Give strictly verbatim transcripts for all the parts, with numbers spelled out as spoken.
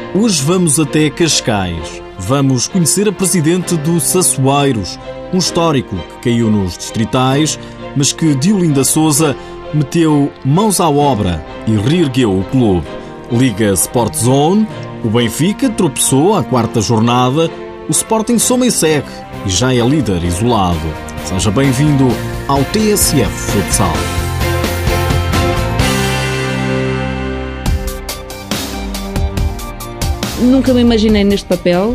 Hoje vamos até Cascais. Vamos conhecer a presidente do Sassueiros, um histórico que caiu nos distritais, mas que Diolinda Sousa meteu mãos à obra e reergueu o clube. Liga Sport Zone, o Benfica tropeçou à quarta jornada, o Sporting soma e segue e já é líder isolado. Seja bem-vindo ao T S F Futsal. Nunca me imaginei neste papel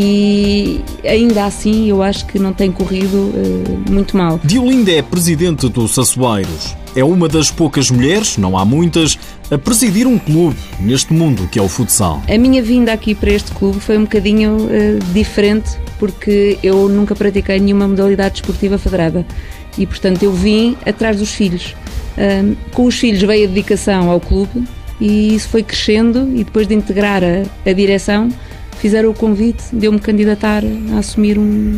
e ainda assim eu acho que não tem corrido uh, muito mal. Diolinda é presidente do Sassueiros. É uma das poucas mulheres, não há muitas, a presidir um clube neste mundo que é o futsal. A minha vinda aqui para este clube foi um bocadinho uh, diferente porque eu nunca pratiquei nenhuma modalidade desportiva federada e, portanto, eu vim atrás dos filhos. Uh, com os filhos veio a dedicação ao clube e isso foi crescendo e depois de integrar a, a direção fizeram o convite de eu me candidatar a assumir um,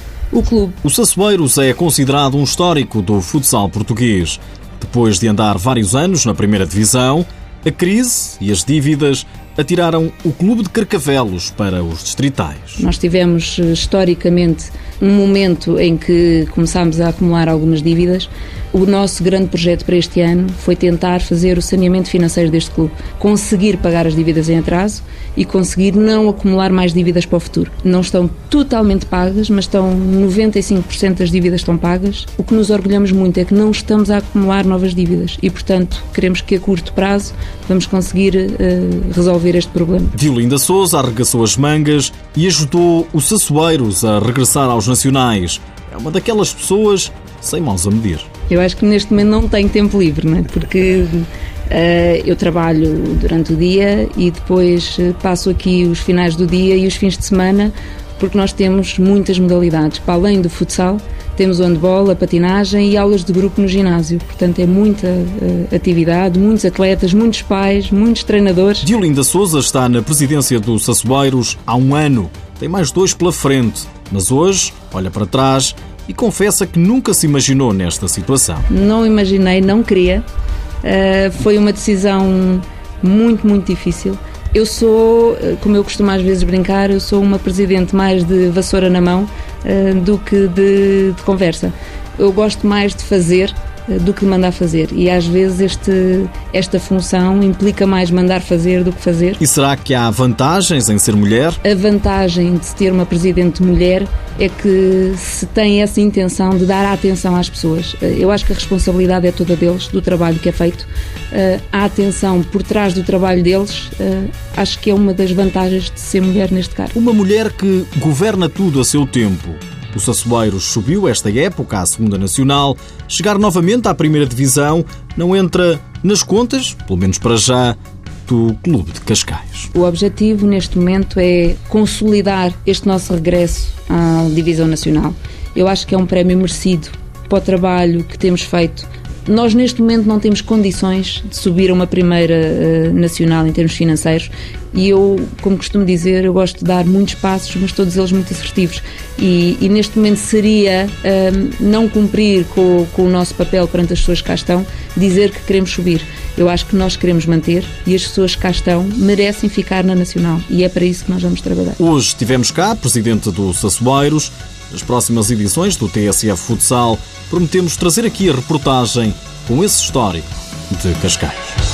o clube. O Sassueiros é considerado um histórico do futsal português. Depois de andar vários anos na primeira divisão, a crise e as dívidas atiraram o clube de Carcavelos para os distritais. Nós tivemos historicamente um momento em que começámos a acumular algumas dívidas. O nosso grande projeto para este ano foi tentar fazer o saneamento financeiro deste clube, conseguir pagar as dívidas em atraso e conseguir não acumular mais dívidas para o futuro. Não estão totalmente pagas, mas estão noventa e cinco por cento das dívidas estão pagas. O que nos orgulhamos muito é que não estamos a acumular novas dívidas e, portanto, queremos que a curto prazo vamos conseguir uh, resolver este problema. Diolinda Sousa arregaçou as mangas e ajudou o Sassueiros a regressar aos nacionais. É uma daquelas pessoas sem mãos a medir. Eu acho que neste momento não tenho tempo livre, não é? Porque uh, eu trabalho durante o dia e depois uh, passo aqui os finais do dia e os fins de semana, porque nós temos muitas modalidades. Para além do futsal, temos o handball, a patinagem e aulas de grupo no ginásio. Portanto, é muita uh, atividade, muitos atletas, muitos pais, muitos treinadores. Diolinda Sousa está na presidência do Sassueiros há um ano. Tem mais dois pela frente, mas hoje olha para trás e confessa que nunca se imaginou nesta situação. Não imaginei, não queria. Uh, foi uma decisão muito, muito difícil. Eu sou, como eu costumo às vezes brincar, eu sou uma presidente mais de vassoura na mão uh, do que de, de conversa. Eu gosto mais de fazer uh, do que de mandar fazer. E às vezes este, esta função implica mais mandar fazer do que fazer. E será que há vantagens em ser mulher? A vantagem de se ter uma presidente mulher é que se tem essa intenção de dar a atenção às pessoas. Eu acho que a responsabilidade é toda deles, do trabalho que é feito. A atenção por trás do trabalho deles, acho que é uma das vantagens de ser mulher neste cargo. Uma mulher que governa tudo a seu tempo. O Sassueiros subiu esta época à segunda Nacional. Chegar novamente à primeira divisão não entra nas contas, pelo menos para já, do Clube de Cascais. O objetivo neste momento é consolidar este nosso regresso à Divisão Nacional. Eu acho que é um prémio merecido para o trabalho que temos feito. Nós neste momento não temos condições de subir a uma primeira uh, nacional em termos financeiros e eu, como costumo dizer, eu gosto de dar muitos passos, mas todos eles muito assertivos e, e neste momento seria uh, não cumprir com, com o nosso papel perante as pessoas que cá estão, dizer que queremos subir. Eu acho que nós queremos manter e as pessoas que cá estão merecem ficar na Nacional e é para isso que nós vamos trabalhar. Hoje tivemos cá, presidente do Sassueiros. Nas próximas edições do T S F Futsal, prometemos trazer aqui a reportagem com esse histórico de Cascais.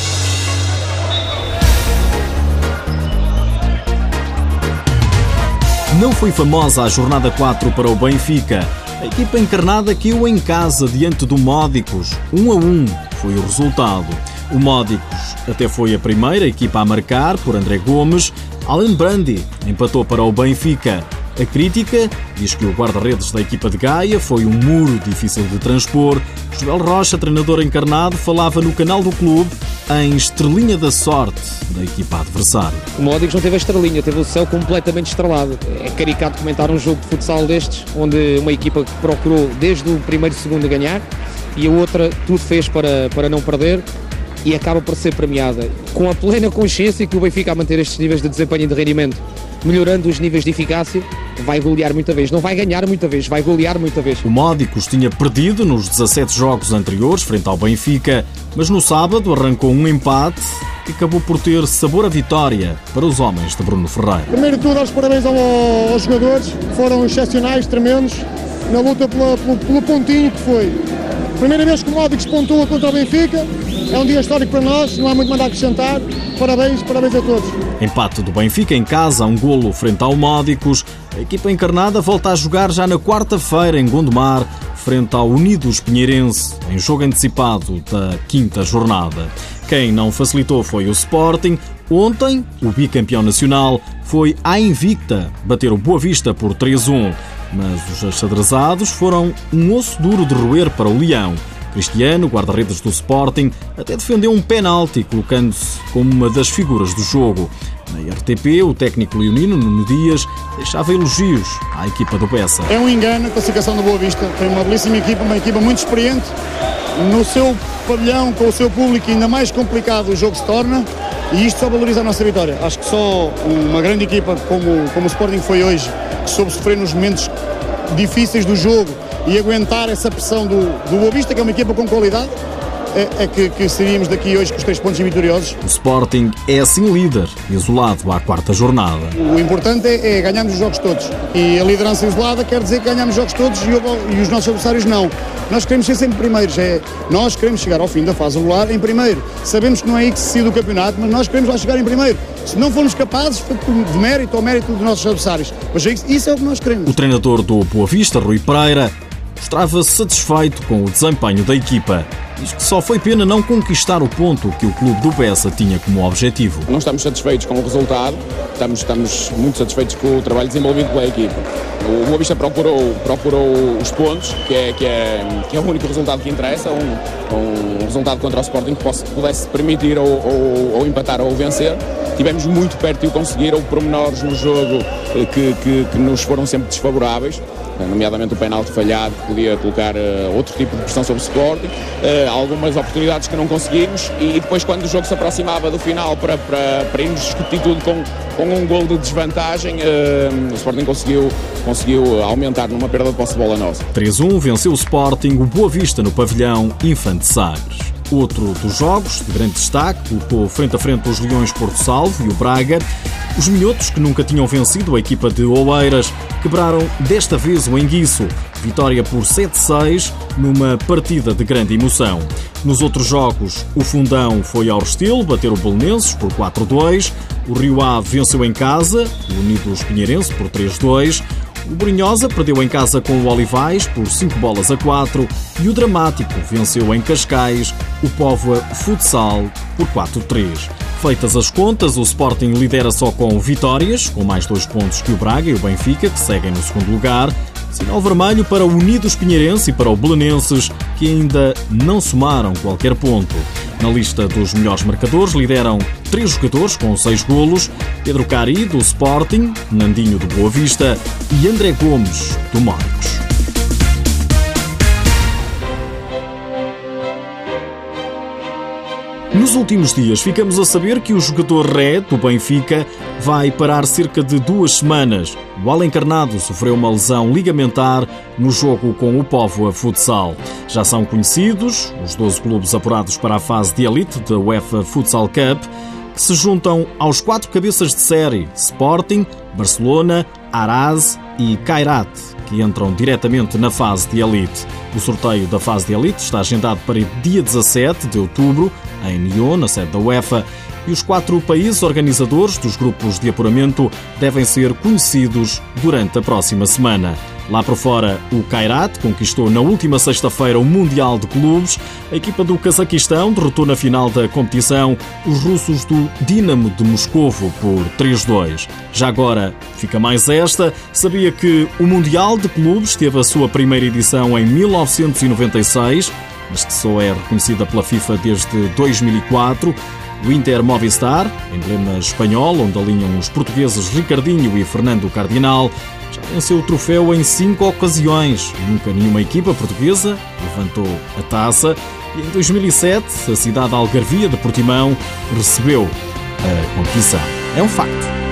Não foi famosa a jornada quatro para o Benfica. A equipa encarnada caiu em casa diante do Módicos. Um a um foi o resultado. O Módicos até foi a primeira equipa a marcar por André Gomes. Alan Brandi empatou para o Benfica. A crítica diz que o guarda-redes da equipa de Gaia foi um muro difícil de transpor. Joel Rocha, treinador encarnado, falava no canal do clube em estrelinha da sorte da equipa adversária. O Módicos não teve a estrelinha, teve o céu completamente estrelado. É caricato comentar um jogo de futsal destes, onde uma equipa que procurou desde o primeiro segundo ganhar e a outra tudo fez para, para não perder e acaba por ser premiada. Com a plena consciência que o Benfica a manter estes níveis de desempenho e de rendimento, melhorando os níveis de eficácia, vai golear muita vez. Não vai ganhar muita vez, vai golear muita vez. O Módicos tinha perdido nos dezassete jogos anteriores frente ao Benfica, mas no sábado arrancou um empate que acabou por ter sabor a vitória para os homens de Bruno Ferreira. Primeiro de tudo, aos parabéns aos jogadores, que foram excepcionais, tremendos, na luta pela, pelo, pelo pontinho que foi. Primeira vez que o Módicos pontua contra o Benfica, é um dia histórico para nós, não há muito mais a acrescentar. Parabéns, parabéns a todos. Empate do Benfica em casa, um golo frente ao Módicos. A equipa encarnada volta a jogar já na quarta-feira em Gondomar, frente ao Unidos Pinheirense, em jogo antecipado da quinta jornada. Quem não facilitou foi o Sporting. Ontem, o bicampeão nacional foi à invicta bater o Boa Vista por três a um, mas os achadrezados foram um osso duro de roer para o Leão. Cristiano, guarda-redes do Sporting, até defendeu um penalti, colocando-se como uma das figuras do jogo. Na R T P, o técnico leonino, Nuno Dias, deixava elogios à equipa do Bessa. É um engano a classificação do Boa Vista. Tem uma belíssima equipa, uma equipa muito experiente. No seu pavilhão, com o seu público, ainda mais complicado o jogo se torna. E isto só valoriza a nossa vitória. Acho que só uma grande equipa como, como o Sporting foi hoje, que soube sofrer nos momentos difíceis do jogo e aguentar essa pressão do, do Boa Vista, que é uma equipa com qualidade, é, é que, que seríamos daqui hoje com os três pontos vitoriosos. O Sporting é assim líder, isolado à quarta jornada. O importante é, é ganharmos os jogos todos. E a liderança isolada quer dizer que ganhamos os jogos todos e, o, e os nossos adversários não. Nós queremos ser sempre primeiros. É, nós queremos chegar ao fim da fase regular em primeiro. Sabemos que não é aí que se decide o campeonato, mas nós queremos lá chegar em primeiro. Se não formos capazes, de mérito ou mérito dos nossos adversários. Mas isso é o que nós queremos. O treinador do Boa Vista, Rui Pereira, mostrava-se satisfeito com o desempenho da equipa. Diz que só foi pena não conquistar o ponto que o clube do Bessa tinha como objetivo. Não estamos satisfeitos com o resultado, estamos, estamos muito satisfeitos com o trabalho desenvolvido pela equipa. O Boa Vista procurou, procurou os pontos, que é, que, é, que é o único resultado que interessa, um, um resultado contra o Sporting que possa, pudesse permitir ou, ou, ou empatar ou vencer. Estivemos muito perto de o conseguir, houve pormenores no jogo que, que, que nos foram sempre desfavoráveis, nomeadamente o penalti falhado, que podia colocar uh, outro tipo de pressão sobre o Sporting, uh, algumas oportunidades que não conseguimos, e depois quando o jogo se aproximava do final para, para, para irmos discutir tudo com, com um gol de desvantagem, uh, o Sporting conseguiu, conseguiu aumentar numa perda de posse de bola nossa. três a um venceu o Sporting, o Boa Vista no pavilhão Infante Sagres. Outro dos jogos, de grande destaque, colocou frente a frente os Leões Porto Salvo e o Braga. Os minhotos, que nunca tinham vencido a equipa de Oeiras, quebraram desta vez o enguiço. Vitória por sete a seis, numa partida de grande emoção. Nos outros jogos, o Fundão foi ao Restelo bater o Belenenses por quatro a dois. O Rio Ave venceu em casa, o Unidos Pinheirense por três a dois. O Brunhosa perdeu em casa com o Olivais por cinco bolas a quatro e o Dramático venceu em Cascais o Póvoa Futsal por quatro a três. Feitas as contas, o Sporting lidera só com vitórias, com mais dois pontos que o Braga e o Benfica, que seguem no segundo lugar. Sinal vermelho para o Unidos Pinheirense e para o Belenenses, que ainda não somaram qualquer ponto. Na lista dos melhores marcadores lideram três jogadores com seis golos: Pedro Cari, do Sporting, Nandinho, do Boa Vista e André Gomes, do Módicos. Nos últimos dias ficamos a saber que o jogador Ré, do Benfica, vai parar cerca de duas semanas. O alencarnado sofreu uma lesão ligamentar no jogo com o Póvoa Futsal. Já são conhecidos os doze clubes apurados para a fase de elite da UEFA Futsal Cup, que se juntam aos quatro cabeças de série: Sporting, Barcelona, Araz e Kairat, que entram diretamente na fase de elite. O sorteio da fase de elite está agendado para dia dezassete de outubro, em Nyon, na sede da UEFA, e os quatro países organizadores dos grupos de apuramento devem ser conhecidos durante a próxima semana. Lá por fora, o Kairat conquistou na última sexta-feira o Mundial de Clubes. A equipa do Cazaquistão derrotou na final da competição os russos do Dinamo de Moscovo por três a dois. Já agora, fica mais esta. Sabia que o Mundial de Clubes teve a sua primeira edição em mil novecentos e noventa e seis, mas que só é reconhecida pela FIFA desde dois mil e quatro. O Inter Movistar, emblema espanhol, onde alinham os portugueses Ricardinho e Fernando Cardinal, já venceu o troféu em cinco ocasiões. Nunca nenhuma equipa portuguesa levantou a taça. E em dois mil e sete, a cidade algarvia de Portimão recebeu a competição. É um facto.